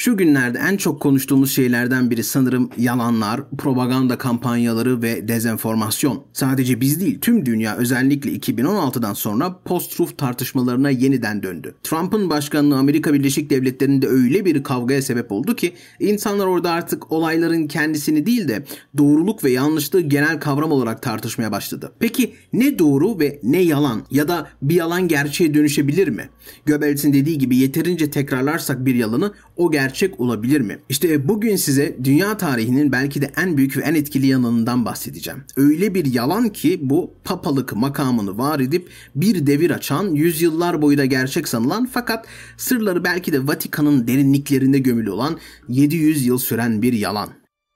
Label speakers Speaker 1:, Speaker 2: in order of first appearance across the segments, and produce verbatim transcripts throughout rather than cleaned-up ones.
Speaker 1: Şu günlerde en çok konuştuğumuz şeylerden biri sanırım yalanlar, propaganda kampanyaları ve dezenformasyon. Sadece biz değil, tüm dünya özellikle iki bin on altıdan sonra post-truth tartışmalarına yeniden döndü. Trump'ın başkanlığı Amerika Birleşik Devletleri'nde öyle bir kavgaya sebep oldu ki insanlar orada artık olayların kendisini değil de doğruluk ve yanlışlığı genel kavram olarak tartışmaya başladı. Peki ne doğru ve ne yalan ya da bir yalan gerçeğe dönüşebilir mi? Goebbels'in dediği gibi yeterince tekrarlarsak bir yalanı o gerçek olabilir mi? İşte bugün size dünya tarihinin belki de en büyük ve en etkili yalanından bahsedeceğim. Öyle bir yalan ki bu papalık makamını var edip bir devir açan, yüzyıllar boyu da gerçek sanılan fakat sırları belki de Vatikan'ın derinliklerinde gömülü olan yedi yüz yıl süren bir yalan.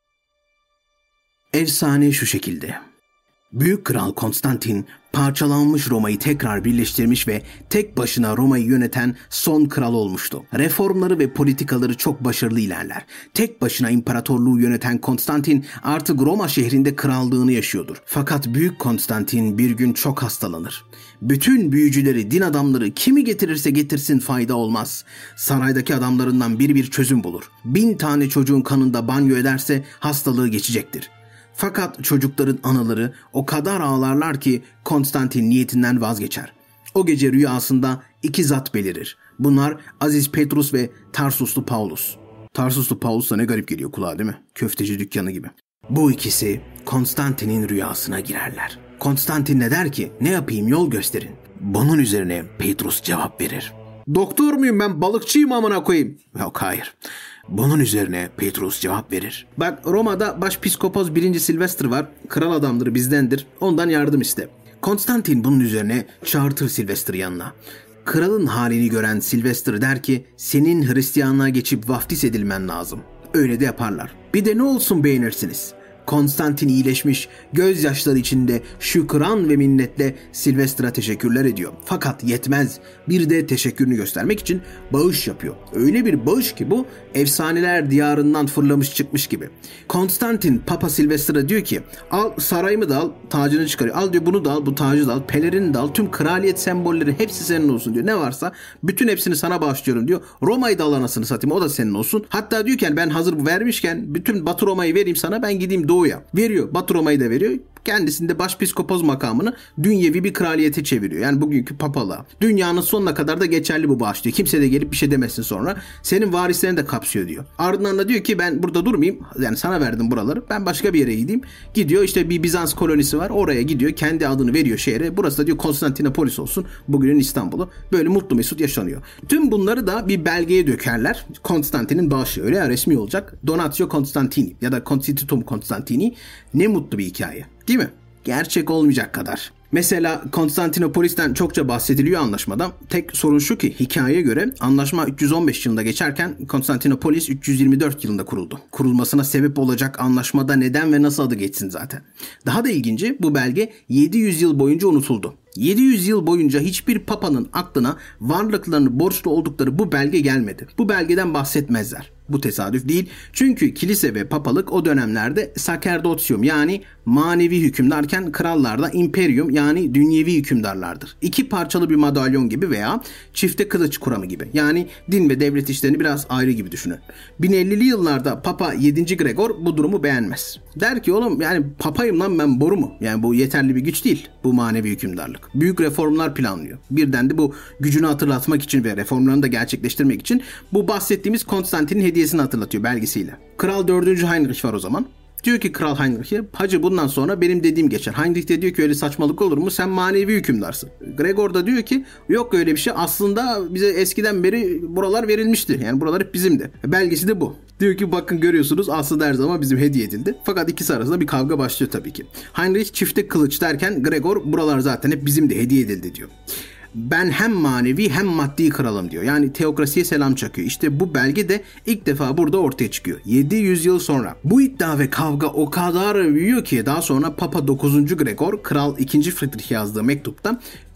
Speaker 1: Efsane şu şekilde. Büyük Kral Konstantin parçalanmış Roma'yı tekrar birleştirmiş ve tek başına Roma'yı yöneten son kral olmuştu. Reformları ve politikaları çok başarılı ilerler. Tek başına imparatorluğu yöneten Konstantin artık Roma şehrinde krallığını yaşıyordur. Fakat Büyük Konstantin bir gün çok hastalanır. Bütün büyücüleri, din adamları kimi getirirse getirsin fayda olmaz. Saraydaki adamlarından biri bir çözüm bulur. Bin tane çocuğun kanında banyo ederse hastalığı geçecektir. Fakat çocukların anaları o kadar ağlarlar ki Konstantin niyetinden vazgeçer. O gece rüyasında iki zat belirir. Bunlar Aziz Petrus ve Tarsuslu Paulus. Tarsuslu Paulus da ne garip geliyor kulağa değil mi? Köfteci dükkanı gibi. Bu ikisi Konstantin'in rüyasına girerler. Konstantin ne der ki? Ne yapayım, yol gösterin. Bunun üzerine Petrus cevap verir. Doktor muyum ben, balıkçıyım amına koyayım. Yok, hayır. Bunun üzerine Petrus cevap verir. Bak, Roma'da başpiskopos birinci Silvester var. Kral adamdır, bizdendir. Ondan yardım iste. Konstantin bunun üzerine çağırtır Silvester'ı yanına. Kralın halini gören Silvester der ki senin Hristiyanlığa geçip vaftiz edilmen lazım. Öyle de yaparlar. Bir de ne olsun beğenirsiniz. Konstantin iyileşmiş, gözyaşları içinde şükran ve minnetle Silvester'a teşekkürler ediyor. Fakat yetmez. Bir de teşekkürünü göstermek için bağış yapıyor. Öyle bir bağış ki bu efsaneler diyarından fırlamış çıkmış gibi. Konstantin Papa Silvester'a diyor ki al sarayımı da al, tacını çıkarıyor. Al diyor, bunu da al, bu tacı da al, pelerini de al, tüm kraliyet sembolleri hepsi senin olsun diyor. Ne varsa bütün hepsini sana bağışlıyorum diyor. Roma'yı da al anasını satayım, o da senin olsun. Hatta diyor ki yani ben hazır vermişken bütün Batı Roma'yı vereyim sana, ben gideyim doğuya. Veriyor. Batı Roma'yı da veriyor. Kendisinde başpiskopos makamını dünyevi bir kraliyete çeviriyor. Yani bugünkü papalığa. Dünyanın sonuna kadar da geçerli bu bağış diyor. Kimse de gelip bir şey demesin sonra. Senin varislerini de kapsıyor diyor. Ardından da diyor ki ben burada durmayayım. Yani sana verdim buraları. Ben başka bir yere gideyim. Gidiyor, işte bir Bizans kolonisi var. Oraya gidiyor. Kendi adını veriyor şehre. Burası da diyor Konstantinopolis olsun. Bugünün İstanbul'u. Böyle mutlu mesut yaşanıyor. Tüm bunları da bir belgeye dökerler. Konstantin'in bağışı. Öyle ya, resmi olacak. Donatio Constantini ya da Constitutum Constantini. Ne mutlu bir hikaye. Değil mi? Gerçek olmayacak kadar. Mesela Konstantinopolis'ten çokça bahsediliyor anlaşmada. Tek sorun şu ki hikayeye göre anlaşma üç yüz on beş yılında geçerken Konstantinopolis üç yüz yirmi dört yılında kuruldu. Kurulmasına sebep olacak anlaşmada neden ve nasıl adı geçsin zaten. Daha da ilginci, bu belge yedi yüz yıl boyunca unutuldu. yedi yüz yıl boyunca hiçbir papanın aklına varlıklarını borçlu oldukları bu belge gelmedi. Bu belgeden bahsetmezler. Bu tesadüf değil. Çünkü kilise ve papalık o dönemlerde sacerdotium yani manevi hükümdarken krallar da imperium yani dünyevi hükümdarlardır. İki parçalı bir madalyon gibi veya çifte kılıç kuramı gibi. Yani din ve devlet işlerini biraz ayrı gibi düşünün. bin ellili yıllarda Papa yedinci Gregor bu durumu beğenmez. Der ki oğlum yani papayım lan ben, boru mu? Yani bu yeterli bir güç değil, bu manevi hükümdarlık. Büyük reformlar planlıyor. Birden de bu gücünü hatırlatmak için ve reformlarını da gerçekleştirmek için bu bahsettiğimiz Konstantin'in hediyesini hatırlatıyor belgesiyle. Kral dördüncü Heinrich var o zaman. Diyor ki Kral Heinrich'e, hacı bundan sonra benim dediğim geçer. Heinrich de diyor ki öyle saçmalık olur mu? Sen manevi hükümdarsın. Gregor da diyor ki yok öyle bir şey. Aslında bize eskiden beri buralar verilmişti. Yani buralar hep bizimdi. Belgesi de bu. Diyor ki bakın görüyorsunuz aslında her zaman bizim hediye edildi. Fakat ikisi arasında bir kavga başlıyor tabii ki. Heinrich çifte kılıç derken Gregor buralar zaten hep bizim de hediye edildi diyor. Ben hem manevi hem maddi kralım diyor. Yani teokrasiye selam çakıyor. İşte bu belge de ilk defa burada ortaya çıkıyor. yedi yüz yıl sonra. Bu iddia ve kavga o kadar büyüyor ki daha sonra Papa dokuzuncu Gregor Kral ikinci Friedrich yazdığı mektupta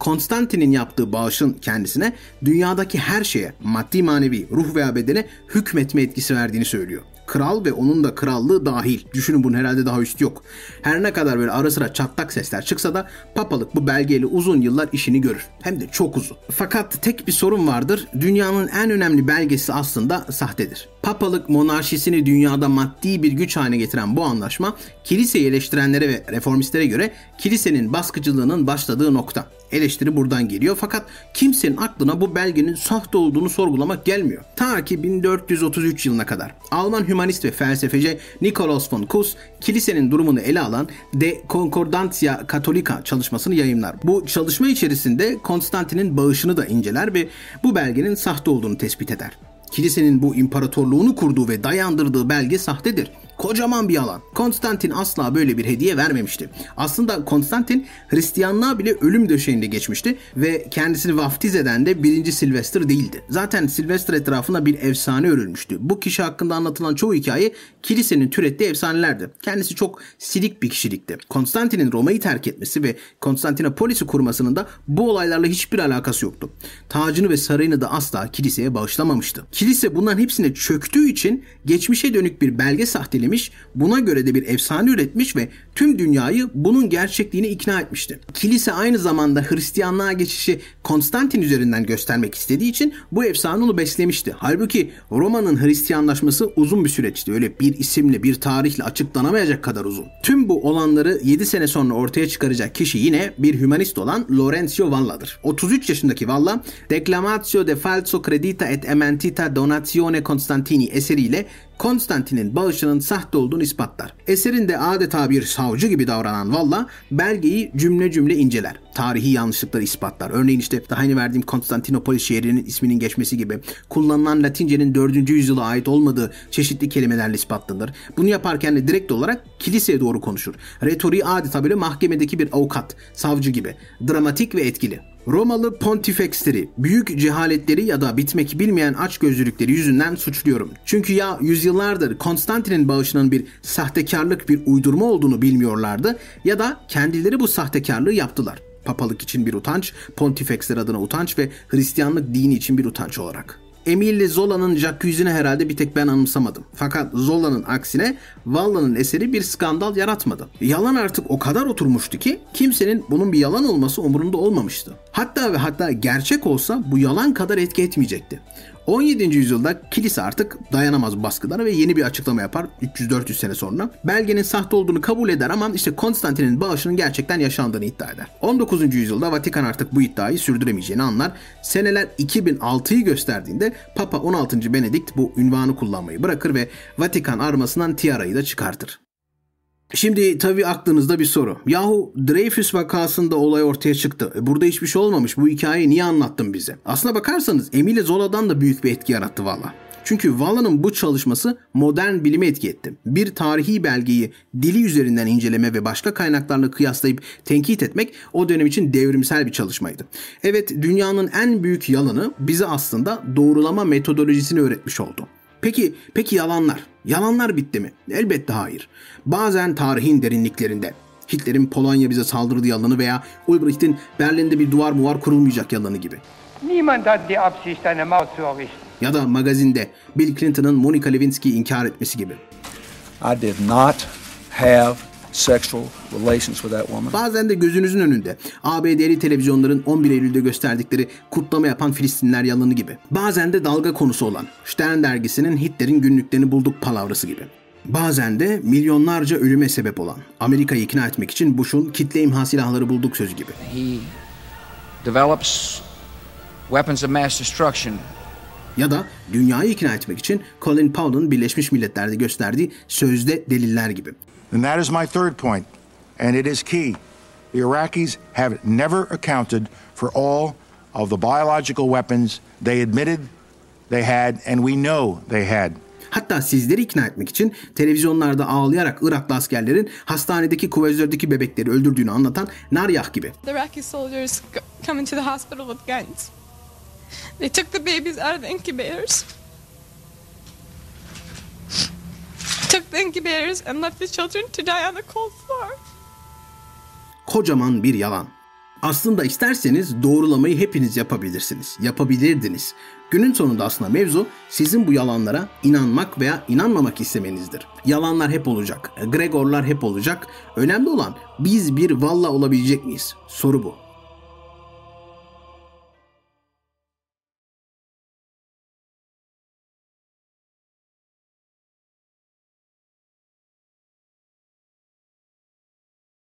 Speaker 1: Konstantin'in yaptığı bağışın kendisine dünyadaki her şeye, maddi manevi, ruh veya bedene hükmetme etkisi verdiğini söylüyor. Kral ve onun da krallığı dahil. Düşünün, bunun herhalde daha üstü yok. Her ne kadar böyle ara sıra çatlak sesler çıksa da papalık bu belgeyle uzun yıllar işini görür. Hem de çok uzun. Fakat tek bir sorun vardır. Dünyanın en önemli belgesi aslında sahtedir. Papalık monarşisini dünyada maddi bir güç haline getiren bu anlaşma, kiliseyi eleştirenlere ve reformistlere göre kilisenin baskıcılığının başladığı nokta. Eleştiri buradan geliyor, fakat kimsenin aklına bu belgenin sahte olduğunu sorgulamak gelmiyor. Ta ki bin dört yüz otuz üç yılına kadar Alman hümanist ve felsefeci Nikolaus von Kuss, kilisenin durumunu ele alan De Concordantia Catholica çalışmasını yayımlar. Bu çalışma içerisinde Konstantin'in bağışını da inceler ve bu belgenin sahte olduğunu tespit eder. Kilisenin bu imparatorluğunu kurduğu ve dayandırdığı belge sahtedir. Kocaman bir yalan. Konstantin asla böyle bir hediye vermemişti. Aslında Konstantin Hristiyanlığa bile ölüm döşeğinde geçmişti ve kendisini vaftiz eden de birinci Sylvester değildi. Zaten Sylvester etrafına bir efsane örülmüştü. Bu kişi hakkında anlatılan çoğu hikaye kilisenin türettiği efsanelerdi. Kendisi çok silik bir kişilikti. Konstantin'in Roma'yı terk etmesi ve Konstantinopolis'i kurmasının da bu olaylarla hiçbir alakası yoktu. Tacını ve sarayını da asla kiliseye bağışlamamıştı. Kilise bunların hepsine çöktüğü için geçmişe dönük bir belge sahtelemiş, buna göre de bir efsane üretmiş ve tüm dünyayı bunun gerçekliğine ikna etmişti. Kilise aynı zamanda Hristiyanlığa geçişi Konstantin üzerinden göstermek istediği için bu efsane onu beslemişti. Halbuki Roma'nın Hristiyanlaşması uzun bir süreçti. Öyle bir isimle, bir tarihle açıklanamayacak kadar uzun. Tüm bu olanları yedi sene sonra ortaya çıkaracak kişi yine bir hümanist olan Lorenzo Valla'dır. otuz üç yaşındaki Valla, Declamatio de falso credita et ementita donatione Constantini eseriyle Konstantin'in bağışının sahte olduğunu ispatlar. Eserinde adeta bir savcı gibi davranan Valla belgeyi cümle cümle inceler. Tarihi yanlışlıkları ispatlar. Örneğin işte daha yeni verdiğim Konstantinopolis şehrinin isminin geçmesi gibi kullanılan Latince'nin dördüncü yüzyıla ait olmadığı çeşitli kelimelerle ispatlanır. Bunu yaparken de direkt olarak kiliseye doğru konuşur. Retoriği adeta böyle mahkemedeki bir avukat, savcı gibi. Dramatik ve etkili. Romalı pontifexleri, büyük cehaletleri ya da bitmek bilmeyen açgözlülükleri yüzünden suçluyorum. Çünkü ya yüzyıllardır Konstantin'in bağışının bir sahtekarlık, bir uydurma olduğunu bilmiyorlardı ya da kendileri bu sahtekarlığı yaptılar. Papalık için bir utanç, pontifexler adına utanç ve Hristiyanlık dini için bir utanç olarak. Emile Zola'nın Jacuzzi'ni herhalde bir tek ben anımsamadım. Fakat Zola'nın aksine Valla'nın eseri bir skandal yaratmadı. Yalan artık o kadar oturmuştu ki kimsenin bunun bir yalan olması umurunda olmamıştı. Hatta ve hatta gerçek olsa bu yalan kadar etki etmeyecekti. on yedinci yüzyılda kilise artık dayanamaz bu baskılara ve yeni bir açıklama yapar üç yüz dört yüz sene sonra. Belgenin sahte olduğunu kabul eder ama işte Konstantin'in bağışının gerçekten yaşandığını iddia eder. on dokuzuncu yüzyılda Vatikan artık bu iddiayı sürdüremeyeceğini anlar. Seneler iki bin altıyı gösterdiğinde Papa on altıncı Benedikt bu ünvanı kullanmayı bırakır ve Vatikan armasından tiarayı da çıkartır. Şimdi tabii aklınızda bir soru. Yahu Dreyfus vakasında olay ortaya çıktı. E burada hiçbir şey olmamış. Bu hikayeyi niye anlattın bize? Aslına bakarsanız Emile Zola'dan da büyük bir etki yarattı Valla. Çünkü Valla'nın bu çalışması modern bilime etki etti. Bir tarihi belgeyi dili üzerinden inceleme ve başka kaynaklarla kıyaslayıp tenkit etmek o dönem için devrimsel bir çalışmaydı. Evet, dünyanın en büyük yalanı bize aslında doğrulama metodolojisini öğretmiş oldu. Peki, peki yalanlar? Yalanlar bitti mi? Elbette hayır. Bazen tarihin derinliklerinde. Hitler'in Polonya bize saldırdığı yalanı veya Ulbricht'in Berlin'de bir duvar muvar kurulmayacak yalanı gibi.
Speaker 2: Niemand hat die Absicht, eine Mauer zu errichten.
Speaker 1: Ya da magazinde Bill Clinton'ın Monica Lewinsky'yi inkar etmesi gibi.
Speaker 3: I did not have sexual relations with that woman.
Speaker 1: Bazen de gözünüzün önünde A B D'li televizyonların on bir Eylül'de gösterdikleri kutlama yapan Filistinler yalanı gibi. Bazen de dalga konusu olan Stern dergisinin Hitler'in günlüklerini bulduk palavrası gibi. Bazen de milyonlarca ölüme sebep olan Amerika'yı ikna etmek için Bush'un kitle imha silahları bulduk sözü gibi.
Speaker 4: He develops weapons of mass destruction.
Speaker 1: Ya da dünyayı ikna etmek için Colin Powell'ın Birleşmiş Milletler'de gösterdiği sözde deliller gibi.
Speaker 5: And that is my third point, and it is key. The Iraqis have never accounted for all of the biological weapons they admitted they had, and we know they had.
Speaker 1: Hatta sizleri ikna etmek için televizyonlarda ağlayarak Iraklı askerlerin hastanedeki kuvvetörlerdeki bebekleri öldürdüğünü anlatan Naryah gibi.
Speaker 6: The Iraqi soldiers come into the hospital with guns. They took the babies out of the incubators. Took the incubators and left the children to die on the cold floor.
Speaker 1: Kocaman bir yalan. Aslında isterseniz doğrulamayı hepiniz yapabilirsiniz. Yapabilirdiniz. Günün sonunda aslında mevzu sizin bu yalanlara inanmak veya inanmamak istemenizdir. Yalanlar hep olacak. Gregorlar hep olacak. Önemli olan biz bir valla olabilecek miyiz? Soru bu.